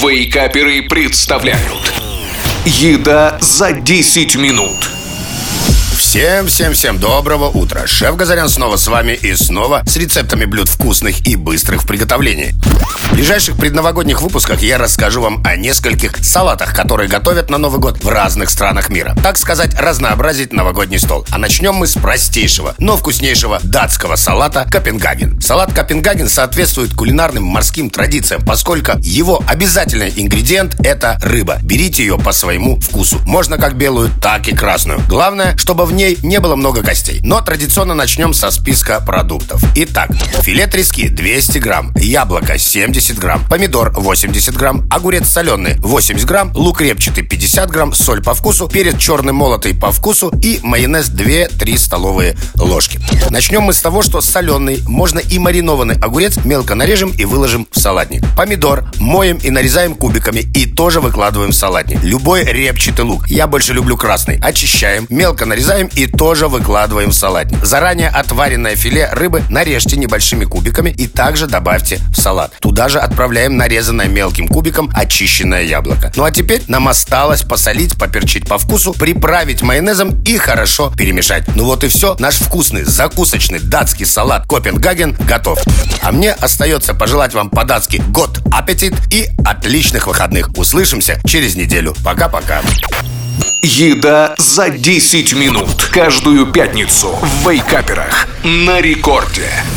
Вейкаперы представляют «Еда за 10 минут». Всем доброго утра. Шеф Газарян снова с вами и снова с рецептами блюд вкусных и быстрых в приготовлении. В ближайших предновогодних выпусках я расскажу вам о нескольких салатах, которые готовят на Новый год в разных странах мира. Так сказать, разнообразить новогодний стол. А начнем мы с простейшего, но вкуснейшего датского салата Копенгаген. Салат Копенгаген соответствует кулинарным морским традициям, поскольку его обязательный ингредиент – это рыба. Берите ее по своему вкусу. Можно как белую, так и красную. Главное, чтобы в ней не было много костей. Но традиционно начнем со списка продуктов. Итак, филе трески 200 грамм, яблоко 70 грамм, помидор 80 грамм, огурец соленый 80 грамм, лук репчатый 50 грамм, соль по вкусу, перец черный молотый по вкусу и майонез 2-3 столовые ложки. Начнем мы с того, что соленый, можно и маринованный огурец мелко нарежем и выложим в салатник. Помидор моем и нарезаем кубиками и тоже выкладываем в салатник. Любой репчатый лук, я больше люблю красный, очищаем, мелко нарезаем и тоже выкладываем в салатник. Заранее отваренное филе рыбы нарежьте небольшими кубиками и также добавьте в салат. Туда же отправляем нарезанное мелким кубиком очищенное яблоко. Ну а теперь нам осталось посолить, поперчить по вкусу, приправить майонезом и хорошо перемешать. Ну вот и все. Наш вкусный закусочный датский салат Копенгаген готов. А мне остается пожелать вам по-датски «год аппетит» и отличных выходных. Услышимся через неделю. Пока-пока. «Еда за 10 минут». Каждую пятницу в Вейкаперах на рекорде.